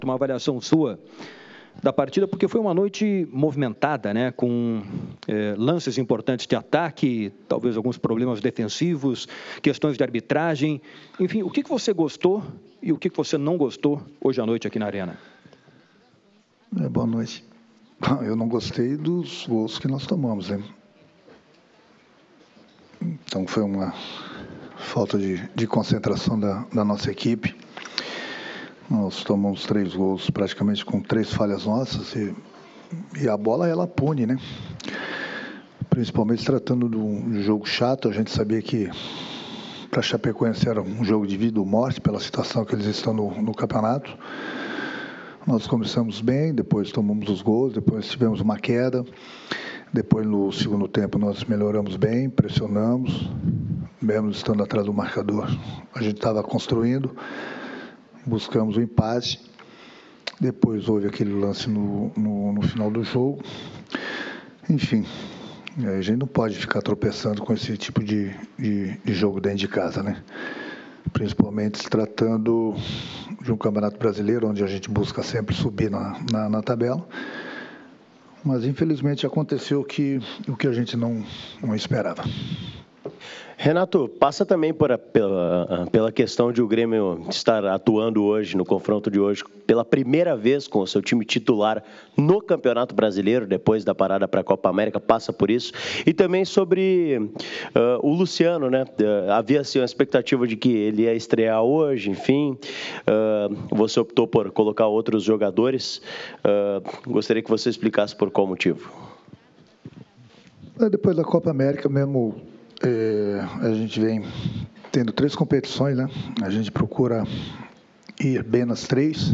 Uma avaliação sua da partida, porque foi uma noite movimentada, né, com lances importantes de ataque, talvez alguns problemas defensivos, questões de arbitragem. Enfim, o que você gostou e o que você não gostou hoje à noite aqui na Arena? Boa noite. Eu não gostei dos gols que nós tomamos, né? Então foi uma falta de concentração da nossa equipe. Nós tomamos 3 gols praticamente com 3 falhas nossas e a bola ela pune, né? Principalmente tratando de um jogo chato. A gente sabia que para a Chapecoense era um jogo de vida ou morte pela situação que eles estão no campeonato. Nós começamos bem, depois tomamos os gols, depois tivemos uma queda. Depois, no segundo tempo, nós melhoramos bem, pressionamos, mesmo estando atrás do marcador. A gente estava construindo, buscamos o empate. Depois houve aquele lance no final do jogo. Enfim, a gente não pode ficar tropeçando com esse tipo de jogo dentro de casa, né? Principalmente se tratando de um campeonato brasileiro, onde a gente busca sempre subir na tabela. Mas, infelizmente, aconteceu o que a gente não esperava. Renato, passa também pela questão de o Grêmio estar atuando hoje, no confronto de hoje, pela primeira vez com o seu time titular no Campeonato Brasileiro, depois da parada para a Copa América, passa por isso. E também sobre o Luciano, né? Havia assim, uma expectativa de que ele ia estrear hoje, enfim. Você optou por colocar outros jogadores. Gostaria que você explicasse por qual motivo. Depois da Copa América mesmo, a gente vem tendo 3 competições, né? A gente procura ir bem nas 3.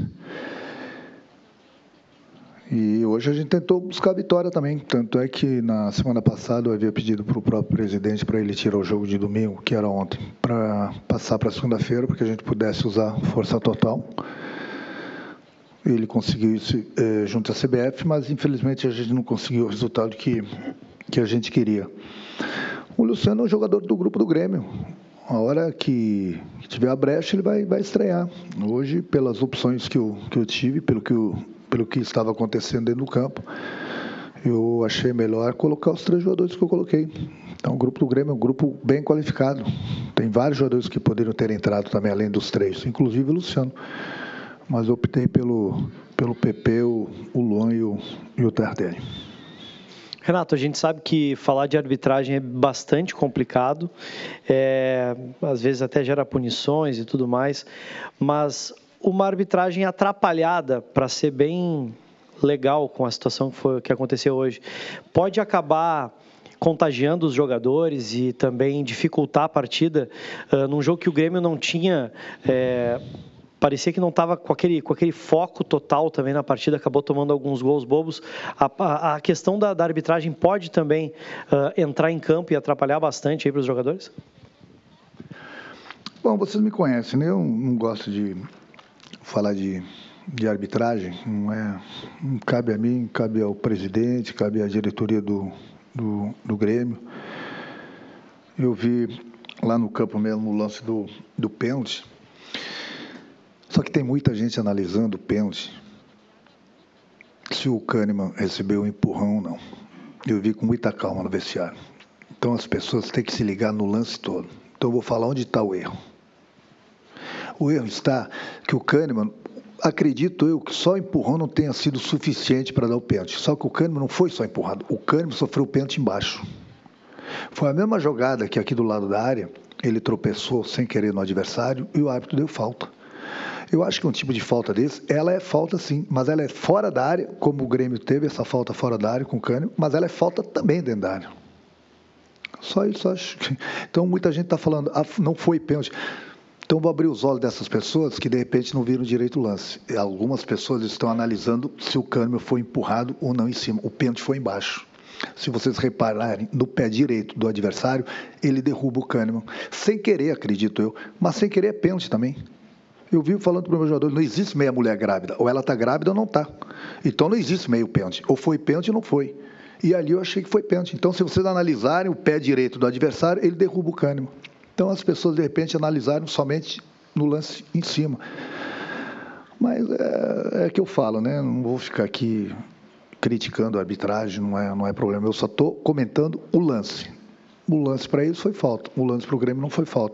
E hoje a gente tentou buscar a vitória também. Tanto é que na semana passada eu havia pedido para o próprio presidente para ele tirar o jogo de domingo, que era ontem, para passar para segunda-feira, para que a gente pudesse usar força total. Ele conseguiu isso junto à CBF, mas infelizmente a gente não conseguiu o resultado que a gente queria. O Luciano é um jogador do grupo do Grêmio. A hora que tiver a brecha, ele vai estrear. Hoje, pelas opções que eu tive, pelo que estava acontecendo dentro do campo, eu achei melhor colocar os 3 jogadores que eu coloquei. Então, o grupo do Grêmio é um grupo bem qualificado. Tem vários jogadores que poderiam ter entrado também, além dos 3, inclusive o Luciano. Mas eu optei pelo PP, o Luan e o Tardelli. Renato, a gente sabe que falar de arbitragem é bastante complicado, às vezes até gera punições e tudo mais, mas uma arbitragem atrapalhada, para ser bem legal com a situação que aconteceu hoje, pode acabar contagiando os jogadores e também dificultar a partida num jogo que o Grêmio não tinha... Parecia que não estava com aquele foco total também na partida, acabou tomando alguns gols bobos. A questão da arbitragem pode também entrar em campo e atrapalhar bastante para os jogadores? Bom, vocês me conhecem, né? Eu não gosto de falar de arbitragem. Não cabe a mim, cabe ao presidente, cabe à diretoria do Grêmio. Eu vi lá no campo mesmo o lance do pênalti. Só que tem muita gente analisando o pênalti, se o Kahneman recebeu um empurrão ou não. Eu vi com muita calma no vestiário. Então as pessoas têm que se ligar no lance todo. Então eu vou falar onde está o erro. O erro está que o Kahneman, acredito eu, que só o empurrão não tenha sido suficiente para dar o pênalti. Só que o Kahneman não foi só empurrado, o Kahneman sofreu o pênalti embaixo. Foi a mesma jogada que aqui do lado da área, ele tropeçou sem querer no adversário e o árbitro deu falta. Eu acho que um tipo de falta desse, ela é falta sim, mas ela é fora da área, como o Grêmio teve essa falta fora da área com o Kahneman, mas ela é falta também dentro da área. Só isso, acho que... Então, muita gente está falando, não foi pênalti. Então, vou abrir os olhos dessas pessoas que, de repente, não viram direito o lance. E algumas pessoas estão analisando se o Kahneman foi empurrado ou não em cima. O pênalti foi embaixo. Se vocês repararem, no pé direito do adversário, ele derruba o Kahneman. Sem querer, acredito eu, mas sem querer é pênalti também. Eu vivo falando para o meu jogador, não existe meia mulher grávida. Ou ela está grávida ou não está. Então, não existe meio pênalti. Ou foi pênalti ou não foi. E ali eu achei que foi pênalti. Então, se vocês analisarem o pé direito do adversário, ele derruba o Kahneman. Então, as pessoas, de repente, analisaram somente no lance em cima. Mas é que eu falo, né? Não vou ficar aqui criticando a arbitragem, não é problema. Eu só estou comentando o lance. O lance para eles foi falta, o lance para o Grêmio não foi falta.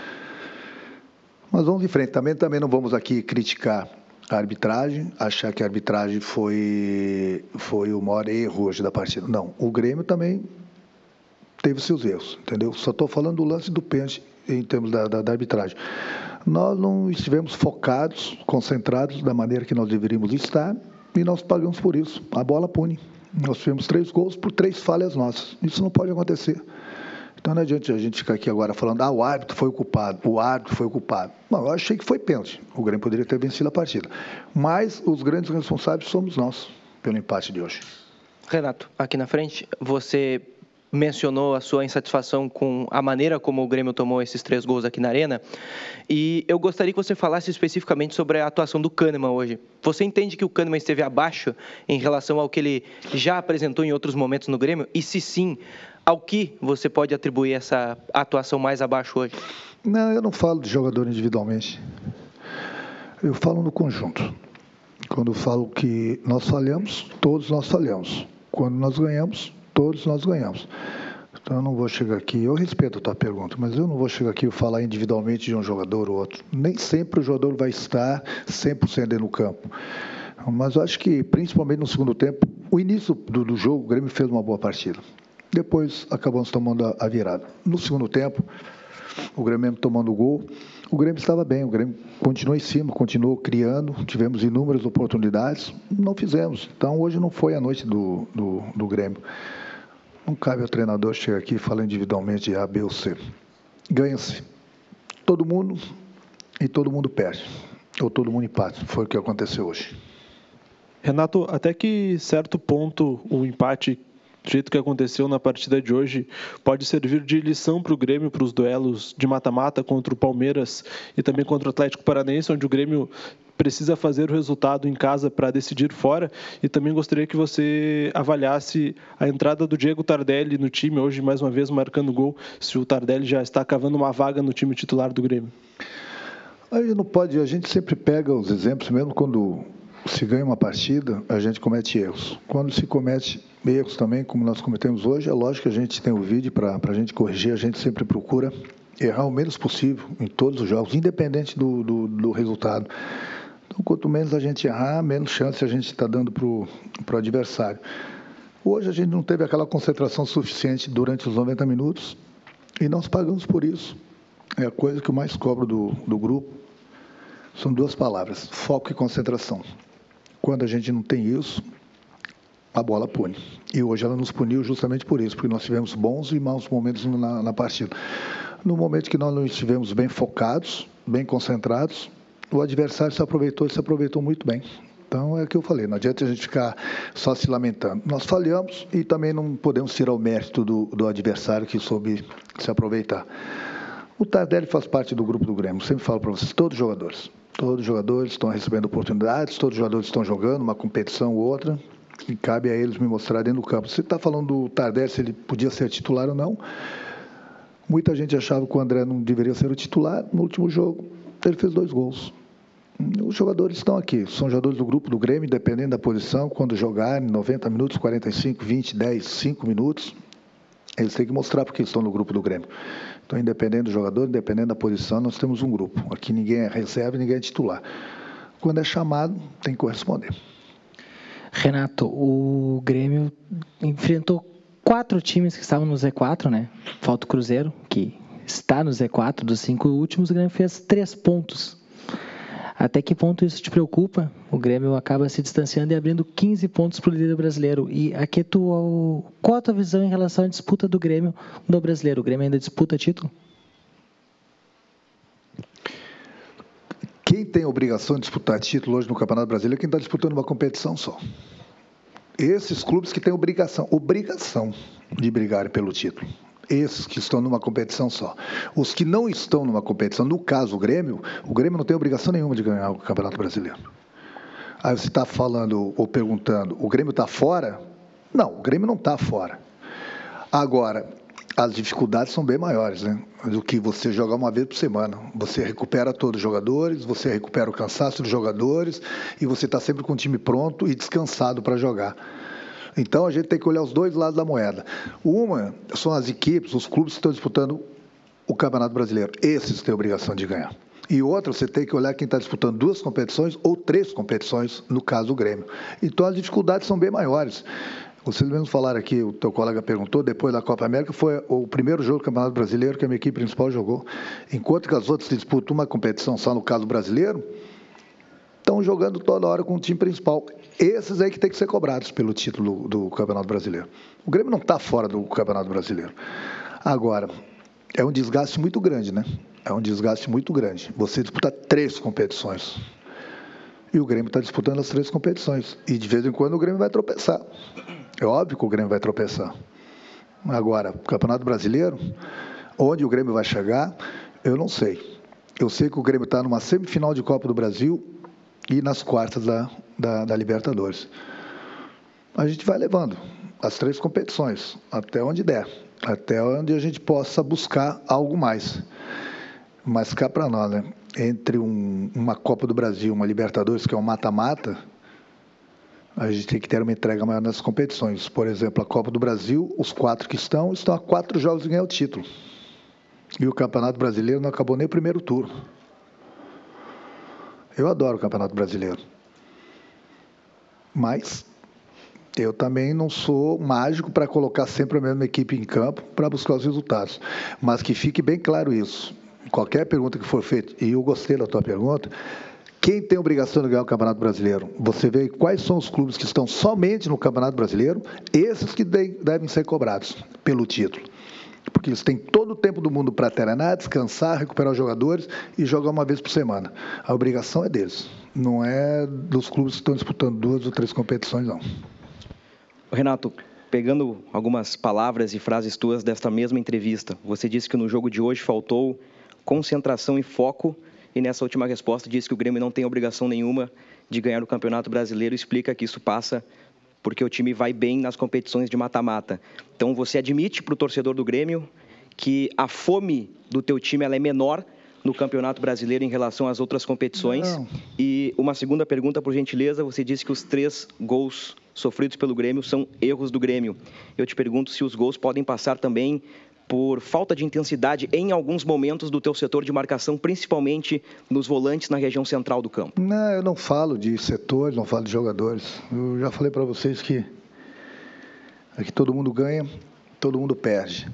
Mas vamos em frente. Também não vamos aqui criticar a arbitragem, achar que a arbitragem foi o maior erro hoje da partida. Não, o Grêmio também teve seus erros, entendeu? Só estou falando do lance do pênalti em termos da arbitragem. Nós não estivemos focados, concentrados da maneira que nós deveríamos estar e nós pagamos por isso. A bola pune. Nós tivemos 3 gols por 3 falhas nossas. Isso não pode acontecer. Então não adianta a gente ficar aqui agora falando, o árbitro foi o culpado, Não, eu achei que foi pênalti. O Grêmio poderia ter vencido a partida. Mas os grandes responsáveis somos nós pelo empate de hoje. Renato, aqui na frente, você mencionou a sua insatisfação com a maneira como o Grêmio tomou esses 3 gols aqui na Arena, e eu gostaria que você falasse especificamente sobre a atuação do Kahneman hoje. Você entende que o Kahneman esteve abaixo em relação ao que ele já apresentou em outros momentos no Grêmio? E se sim, ao que você pode atribuir essa atuação mais abaixo hoje? Não, eu não falo de jogador individualmente. Eu falo no conjunto. Quando eu falo que nós falhamos, todos nós falhamos. Quando nós ganhamos, todos nós ganhamos. Então eu não vou chegar aqui, eu respeito a tua pergunta, mas eu não vou chegar aqui e falar individualmente de um jogador ou outro. Nem sempre o jogador vai estar 100% dentro do campo. Mas eu acho que, principalmente no segundo tempo, o início do jogo, o Grêmio fez uma boa partida. Depois acabamos tomando a virada. No segundo tempo, o Grêmio mesmo tomando o gol, o Grêmio estava bem, o Grêmio continuou em cima, continuou criando, tivemos inúmeras oportunidades, não fizemos. Então hoje não foi a noite do Grêmio. Não cabe ao treinador chegar aqui e falar individualmente de A, B ou C. Ganha-se todo mundo e todo mundo perde. Ou todo mundo empata. Foi o que aconteceu hoje. Renato, até que certo ponto o empate, do jeito que aconteceu na partida de hoje, pode servir de lição para o Grêmio, para os duelos de mata-mata contra o Palmeiras e também contra o Atlético Paranaense, onde o Grêmio precisa fazer o resultado em casa para decidir fora. E também gostaria que você avaliasse a entrada do Diego Tardelli no time, hoje mais uma vez marcando gol, se o Tardelli já está cavando uma vaga no time titular do Grêmio. A gente sempre pega os exemplos, mesmo quando se ganha uma partida, a gente comete erros. Quando se comete erros também, como nós cometemos hoje, é lógico que a gente tem o vídeo para a gente corrigir, a gente sempre procura errar o menos possível em todos os jogos, independente do resultado. Então, quanto menos a gente errar, menos chance a gente está dando para o adversário. Hoje a gente não teve aquela concentração suficiente durante os 90 minutos e nós pagamos por isso. É a coisa que eu mais cobro do grupo. São 2 palavras, foco e concentração. Quando a gente não tem isso, a bola pune. E hoje ela nos puniu justamente por isso, porque nós tivemos bons e maus momentos na partida. No momento que nós não estivemos bem focados, bem concentrados, o adversário se aproveitou muito bem. Então, é o que eu falei, não adianta a gente ficar só se lamentando. Nós falhamos e também não podemos tirar o mérito do adversário que soube se aproveitar. O Tardelli faz parte do grupo do Grêmio, sempre falo para vocês, todos os jogadores estão recebendo oportunidades, todos os jogadores estão jogando uma competição ou outra, e cabe a eles me mostrar dentro do campo. Você está falando do Tardelli, se ele podia ser titular ou não. Muita gente achava que o André não deveria ser o titular. No último jogo, ele fez 2 gols. Os jogadores estão aqui, são jogadores do grupo do Grêmio, dependendo da posição, quando jogarem 90 minutos, 45, 20, 10, 5 minutos, eles têm que mostrar porque estão no grupo do Grêmio. Então, independente do jogador, independente da posição, nós temos um grupo. Aqui ninguém é reserva, ninguém é titular. Quando é chamado, tem que corresponder. Renato, o Grêmio enfrentou 4 times que estavam no Z4, né? Falta o Cruzeiro, que está no Z4, dos 5 últimos, o Grêmio fez 3 pontos. Até que ponto isso te preocupa? O Grêmio acaba se distanciando e abrindo 15 pontos para o líder brasileiro. E aqui qual a tua visão em relação à disputa do Grêmio no brasileiro? O Grêmio ainda disputa título? Quem tem a obrigação de disputar título hoje no Campeonato Brasileiro é quem está disputando uma competição só. Esses clubes que têm obrigação de brigarem pelo título. Esses que estão numa competição só. Os que não estão numa competição, no caso o Grêmio não tem obrigação nenhuma de ganhar o Campeonato Brasileiro. Aí você está falando ou perguntando, o Grêmio está fora? Não, o Grêmio não está fora. Agora, as dificuldades são bem maiores, né? Do que você jogar uma vez por semana. Você recupera todos os jogadores, você recupera o cansaço dos jogadores e você está sempre com o time pronto e descansado para jogar. Então, a gente tem que olhar os dois lados da moeda. Uma são as equipes, os clubes que estão disputando o Campeonato Brasileiro. Esses têm a obrigação de ganhar. E outra, você tem que olhar quem está disputando 2 competições ou 3 competições, no caso do Grêmio. Então, as dificuldades são bem maiores. Vocês mesmos falaram aqui, o teu colega perguntou, depois da Copa América, foi o primeiro jogo do Campeonato Brasileiro que a minha equipe principal jogou. Enquanto que as outras disputam uma competição só no caso brasileiro, estão jogando toda hora com o time principal. Esses aí que tem que ser cobrados pelo título do Campeonato Brasileiro. O Grêmio não está fora do Campeonato Brasileiro. Agora, é um desgaste muito grande, né? É um desgaste muito grande. Você disputa 3 competições. E o Grêmio está disputando as 3 competições. E de vez em quando o Grêmio vai tropeçar. É óbvio que o Grêmio vai tropeçar. Agora, o Campeonato Brasileiro, onde o Grêmio vai chegar, eu não sei. Eu sei que o Grêmio está numa semifinal de Copa do Brasil e nas quartas da Libertadores. A gente vai levando as 3 competições, até onde der. Até onde a gente possa buscar algo mais. Mas cá para nós, né? Entre uma Copa do Brasil, uma Libertadores, que é um mata-mata, a gente tem que ter uma entrega maior nas competições. Por exemplo, a Copa do Brasil, os 4 que estão a 4 jogos de ganhar o título. E o Campeonato Brasileiro não acabou nem o primeiro turno. Eu adoro o Campeonato Brasileiro. Mas eu também não sou mágico para colocar sempre a mesma equipe em campo para buscar os resultados. Mas que fique bem claro isso. Qualquer pergunta que for feita, e eu gostei da tua pergunta, quem tem a obrigação de ganhar o Campeonato Brasileiro? Você vê quais são os clubes que estão somente no Campeonato Brasileiro, esses que devem ser cobrados pelo título. Porque eles têm todo o tempo do mundo para treinar, descansar, recuperar os jogadores e jogar uma vez por semana. A obrigação é deles, não é dos clubes que estão disputando 2 ou 3 competições, não. Renato, pegando algumas palavras e frases tuas desta mesma entrevista, você disse que no jogo de hoje faltou concentração e foco, e nessa última resposta disse que o Grêmio não tem obrigação nenhuma de ganhar o Campeonato Brasileiro, explica que isso passa porque o time vai bem nas competições de mata-mata. Então, você admite para o torcedor do Grêmio que a fome do teu time ela é menor no Campeonato Brasileiro em relação às outras competições? Não. E uma segunda pergunta, por gentileza, você disse que os 3 gols sofridos pelo Grêmio são erros do Grêmio. Eu te pergunto se os gols podem passar também por falta de intensidade em alguns momentos do teu setor de marcação, principalmente nos volantes na região central do campo. Não, eu não falo de setores, não falo de jogadores. Eu já falei para vocês que aqui todo mundo ganha, todo mundo perde.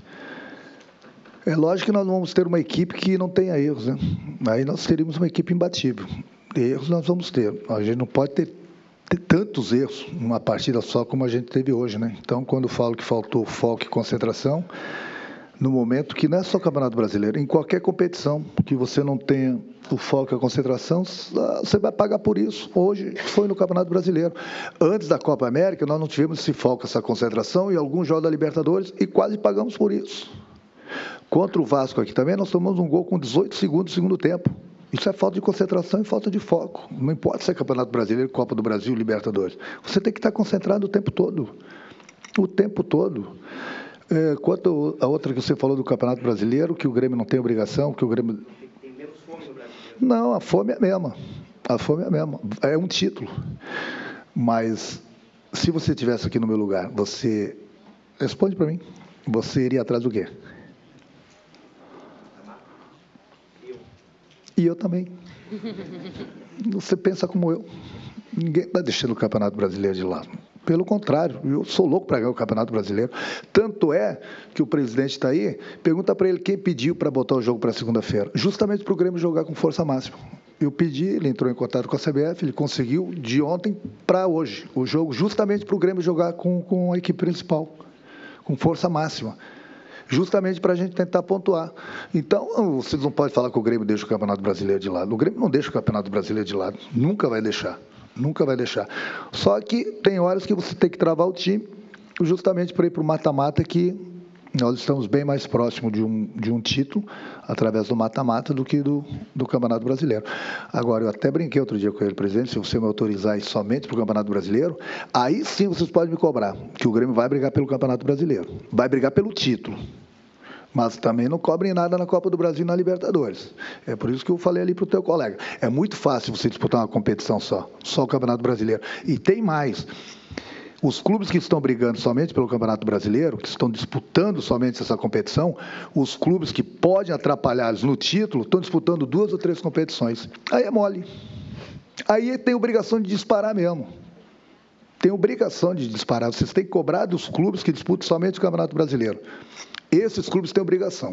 É lógico que nós não vamos ter uma equipe que não tenha erros, né? Aí nós teríamos uma equipe imbatível. Erros nós vamos ter. A gente não pode ter tantos erros numa partida só como a gente teve hoje, né? Então, quando eu falo que faltou foco e concentração, no momento que não é só o Campeonato Brasileiro, em qualquer competição que você não tenha o foco e a concentração, você vai pagar por isso. Hoje foi no Campeonato Brasileiro. Antes da Copa América, nós não tivemos esse foco, essa concentração, e alguns jogos da Libertadores, e quase pagamos por isso. Contra o Vasco aqui também, nós tomamos um gol com 18 segundos do segundo tempo. Isso é falta de concentração e falta de foco. Não importa se é Campeonato Brasileiro, Copa do Brasil, Libertadores. Você tem que estar concentrado o tempo todo. O tempo todo. Quanto a outra que você falou do Campeonato Brasileiro, que o Grêmio não tem obrigação, que o Grêmio... Tem menos fome no Brasil. Não, a fome é a mesma. A fome é a mesma. É um título. Mas, se você estivesse aqui no meu lugar, você... Responde para mim. Você iria atrás do quê? E eu também. Você pensa como eu. Ninguém está deixando o Campeonato Brasileiro de lado. Pelo contrário, eu sou louco para ganhar o Campeonato Brasileiro. Tanto é que o presidente está aí, pergunta para ele quem pediu para botar o jogo para segunda-feira. Justamente para o Grêmio jogar com força máxima. Eu pedi, ele entrou em contato com a CBF, ele conseguiu de ontem para hoje o jogo, justamente para o Grêmio jogar com a equipe principal, com força máxima. Justamente para a gente tentar pontuar. Então, vocês não podem falar que o Grêmio deixa o Campeonato Brasileiro de lado. O Grêmio não deixa o Campeonato Brasileiro de lado. Nunca vai deixar. Nunca vai deixar. Só que tem horas que você tem que travar o time justamente para ir para o mata-mata, que nós estamos bem mais próximos de um título através do mata-mata do que do Campeonato Brasileiro. Agora, eu até brinquei outro dia com ele, presidente, se você me autorizar ir somente para o Campeonato Brasileiro, aí sim vocês podem me cobrar, que o Grêmio vai brigar pelo Campeonato Brasileiro. Vai brigar pelo título. mas também não cobrem nada na Copa do Brasil e na Libertadores. É por isso que eu falei ali para o teu colega. É muito fácil você disputar uma competição só o Campeonato Brasileiro. E tem mais. Os clubes que estão brigando somente pelo Campeonato Brasileiro, que estão disputando somente essa competição, os clubes que podem atrapalhá-los no título, estão disputando 2 ou 3 competições. Aí é mole. Aí tem obrigação de disparar mesmo. Tem obrigação de disparar. Vocês têm que cobrar dos clubes que disputam somente o Campeonato Brasileiro. Esses clubes têm obrigação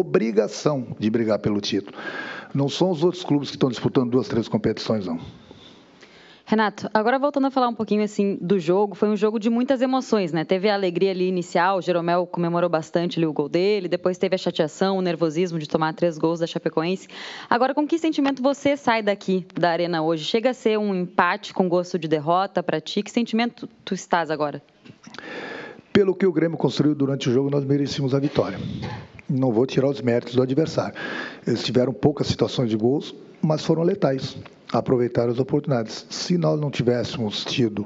de brigar pelo título. Não são os outros clubes que estão disputando 2, 3 competições, não. Renato, agora voltando a falar um pouquinho assim do jogo, foi um jogo de muitas emoções, né? Teve a alegria ali inicial, o Jeromel comemorou bastante ali o gol dele, depois teve a chateação, o nervosismo de tomar 3 gols da Chapecoense. Agora, com que sentimento você sai daqui da arena hoje? Chega a ser um empate com gosto de derrota para ti? Que sentimento tu estás agora? Pelo que o Grêmio construiu durante o jogo, nós merecíamos a vitória. Não vou tirar os méritos do adversário. Eles tiveram poucas situações de gols, mas foram letais. Aproveitaram as oportunidades. Se nós não tivéssemos tido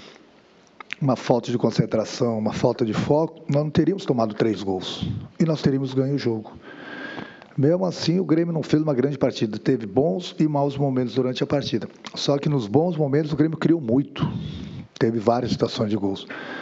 uma falta de concentração, uma falta de foco, nós não teríamos tomado 3 gols. E nós teríamos ganho o jogo. Mesmo assim, o Grêmio não fez uma grande partida. Teve bons e maus momentos durante a partida. Só que nos bons momentos o Grêmio criou muito. Teve várias situações de gols.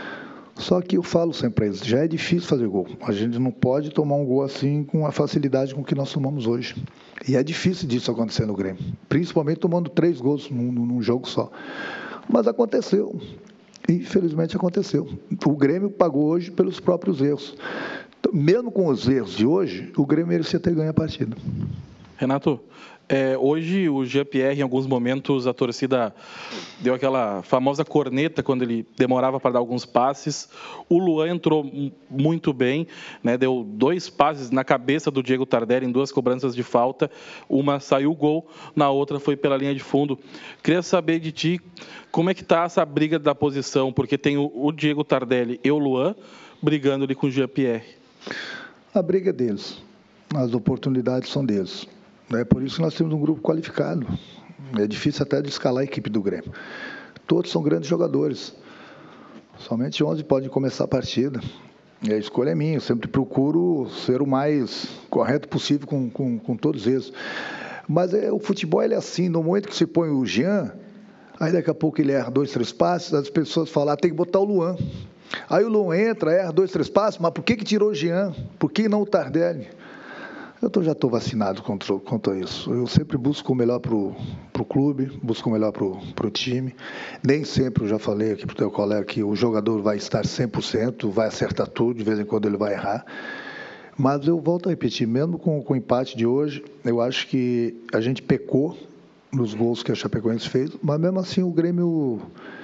Só que eu falo sempre para eles, já é difícil fazer gol. A gente não pode tomar um gol assim com a facilidade com que nós tomamos hoje. E é difícil disso acontecer no Grêmio. Principalmente tomando 3 gols num jogo só. Mas aconteceu. Infelizmente aconteceu. O Grêmio pagou hoje pelos próprios erros. Mesmo com os erros de hoje, o Grêmio merecia ter ganho a partida. Renato, hoje o Jean-Pierre, em alguns momentos, a torcida deu aquela famosa corneta quando ele demorava para dar alguns passes. O Luan entrou muito bem, né? Deu 2 passes na cabeça do Diego Tardelli em 2 cobranças de falta. Uma saiu o gol, na outra foi pela linha de fundo. Queria saber de ti como é que está essa briga da posição, porque tem o Diego Tardelli e o Luan brigando ali com o Jean-Pierre. A briga é deles. As oportunidades são deles. É por isso que nós temos um grupo qualificado. É difícil até de escalar a equipe do Grêmio. Todos são grandes jogadores. Somente 11 podem começar a partida. E a escolha é minha. Eu sempre procuro ser o mais correto possível com todos eles. Mas o futebol ele é assim. No momento que se põe o Jean, aí daqui a pouco ele erra 2, 3 passes, as pessoas falam, tem que botar o Luan. Aí o Luan entra, erra 2, 3 passes, mas por que tirou o Jean? Por que não o Tardelli? Eu já estou vacinado quanto a isso. Eu sempre busco o melhor para o clube, busco o melhor para o time. Nem sempre, eu já falei aqui para o teu colega, que o jogador vai estar 100%, vai acertar tudo, de vez em quando ele vai errar. Mas eu volto a repetir, mesmo com o empate de hoje, eu acho que a gente pecou nos gols que a Chapecoense fez, mas mesmo assim o Grêmio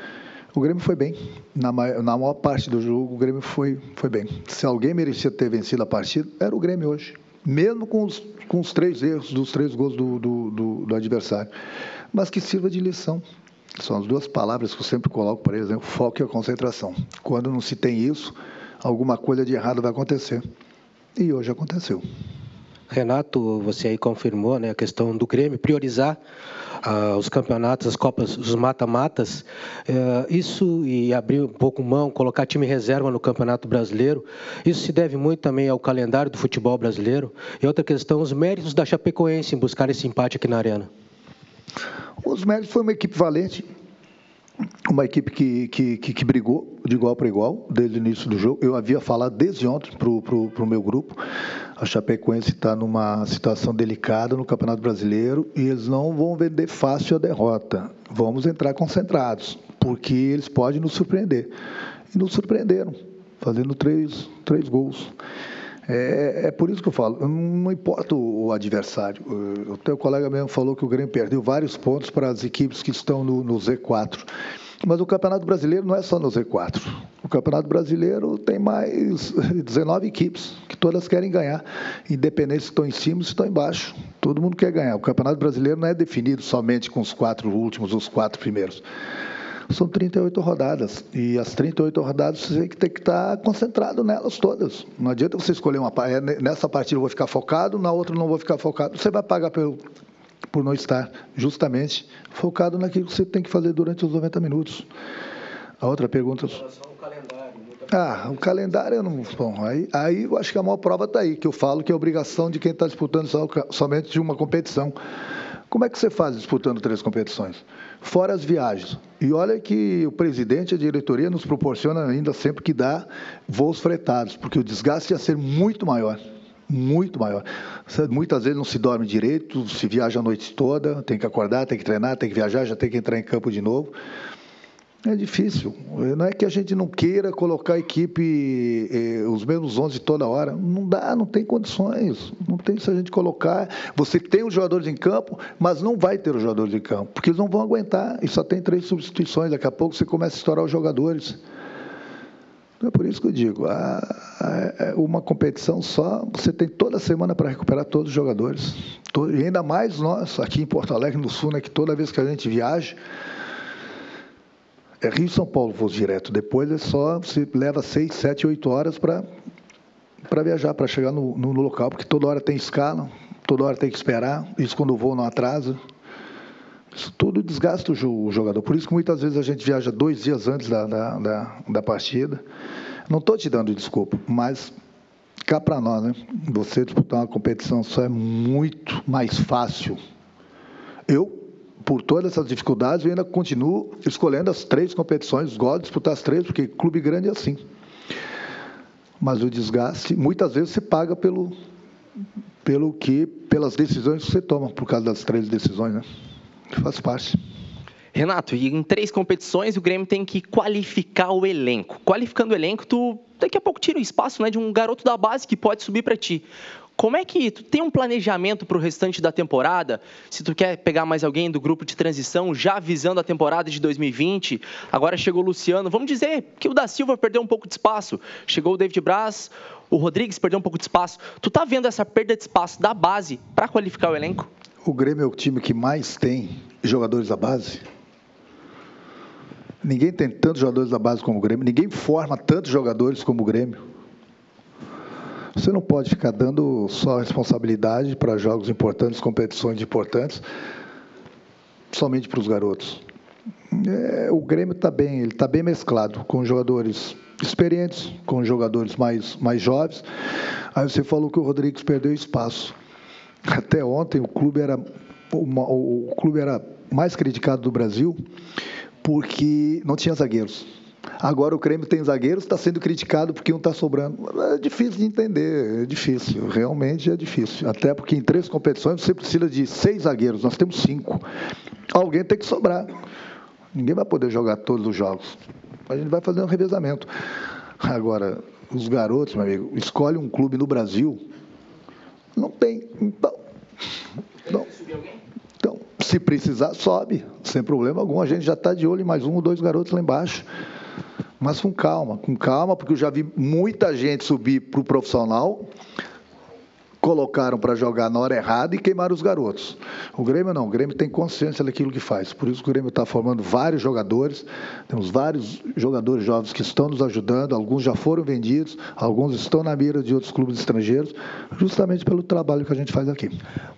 foi bem. Na maior parte do jogo, o Grêmio foi bem. Se alguém merecia ter vencido a partida, era o Grêmio hoje. Mesmo com os 3 erros dos 3 gols do adversário. Mas que sirva de lição. São as 2 palavras que eu sempre coloco para eles, né? O foco e a concentração. Quando não se tem isso, alguma coisa de errado vai acontecer. E hoje aconteceu. Renato, você aí confirmou, né, a questão do Grêmio priorizar os campeonatos, as Copas, os mata-matas, isso e abrir um pouco mão, colocar time reserva no Campeonato Brasileiro, isso se deve muito também ao calendário do futebol brasileiro. E outra questão, os méritos da Chapecoense em buscar esse empate aqui na Arena. Os méritos foi uma equipe valente, uma equipe que brigou de igual para igual desde o início do jogo. Eu havia falado desde ontem para o meu grupo. A Chapecoense está numa situação delicada no Campeonato Brasileiro e eles não vão vender fácil a derrota. Vamos entrar concentrados, porque eles podem nos surpreender. E nos surpreenderam, fazendo 3 gols. É por isso que eu falo, não importa o adversário. O teu colega mesmo falou que o Grêmio perdeu vários pontos para as equipes que estão no Z4. Mas o Campeonato Brasileiro não é só no Z4. O Campeonato Brasileiro tem mais 19 equipes, que todas querem ganhar, independente se estão em cima ou se estão embaixo. Todo mundo quer ganhar. O Campeonato Brasileiro não é definido somente com os 4 últimos, os 4 primeiros. São 38 rodadas, e as 38 rodadas você tem que estar concentrado nelas todas. Não adianta você escolher nessa partida eu vou ficar focado, na outra eu não vou ficar focado. Você vai pagar por não estar justamente focado naquilo que você tem que fazer durante os 90 minutos. A outra pergunta... Em relação ao calendário, muita O calendário eu não. Bom, aí eu acho que a maior prova está aí, que eu falo que é obrigação de quem está disputando somente de uma competição. Como é que você faz disputando 3 competições? Fora as viagens. E olha que o presidente e a diretoria nos proporcionam ainda sempre que dá voos fretados, porque o desgaste ia ser muito maior. Muito maior. Muitas vezes não se dorme direito, se viaja a noite toda, tem que acordar, tem que treinar, tem que viajar, já tem que entrar em campo de novo. É difícil. Não é que a gente não queira colocar a equipe, os mesmos 11 toda hora. Não dá, não tem condições. Não tem, se a gente colocar. Você tem os jogadores em campo, mas não vai ter os jogadores em campo, porque eles não vão aguentar. E só tem 3 substituições. Daqui a pouco você começa a estourar os jogadores. Então, é por isso que eu digo, uma competição só, você tem toda semana para recuperar todos os jogadores. E ainda mais nós, aqui em Porto Alegre, no Sul, né, que toda vez que a gente viaja, é Rio e São Paulo voo direto. Depois é só, você leva 6, 7, 8 horas para viajar, para chegar no local, porque toda hora tem escala, toda hora tem que esperar, isso quando o voo não atrasa. Isso tudo desgasta o jogador. Por isso que muitas vezes a gente viaja 2 dias antes da partida. Não estou te dando desculpa, mas cá para nós, né? Você disputar uma competição só é muito mais fácil. Por todas essas dificuldades, eu ainda continuo escolhendo as 3 competições, gosto de disputar as 3, porque clube grande é assim. Mas o desgaste, muitas vezes, se paga pelas decisões que você toma, por causa das 3 decisões, né? Faz parte. Renato, e em 3 competições, o Grêmio tem que qualificar o elenco. Qualificando o elenco, tu daqui a pouco tira o espaço, né, de um garoto da base que pode subir para ti. Como é que tu tem um planejamento para o restante da temporada? Se tu quer pegar mais alguém do grupo de transição, já visando a temporada de 2020, agora chegou o Luciano. Vamos dizer que o da Silva perdeu um pouco de espaço. Chegou o David Braz, o Rodrigues perdeu um pouco de espaço. Tu tá vendo essa perda de espaço da base para qualificar o elenco? O Grêmio é o time que mais tem jogadores da base. Ninguém tem tantos jogadores da base como o Grêmio. Ninguém forma tantos jogadores como o Grêmio. Você não pode ficar dando só responsabilidade para jogos importantes, competições importantes, somente para os garotos. O Grêmio está bem, ele está bem mesclado, com jogadores experientes, com jogadores mais jovens. Aí você falou que o Rodrigues perdeu espaço. Até ontem o clube era mais criticado do Brasil porque não tinha zagueiros. Agora o Grêmio tem zagueiros, está sendo criticado porque um está sobrando. É difícil de entender, é difícil, realmente é difícil. Até porque em 3 competições você precisa de 6 zagueiros, nós temos 5. Alguém tem que sobrar. Ninguém vai poder jogar todos os jogos. A gente vai fazer um revezamento. Agora, os garotos, meu amigo, escolhe um clube no Brasil, não tem. Então, se precisar, sobe, sem problema algum. A gente já está de olho em mais 1 ou 2 garotos lá embaixo. Mas com calma, porque eu já vi muita gente subir para o profissional, colocaram para jogar na hora errada e queimaram os garotos. O Grêmio não, o Grêmio tem consciência daquilo que faz. Por isso que o Grêmio está formando vários jogadores, temos vários jogadores jovens que estão nos ajudando, alguns já foram vendidos, alguns estão na mira de outros clubes estrangeiros, justamente pelo trabalho que a gente faz aqui.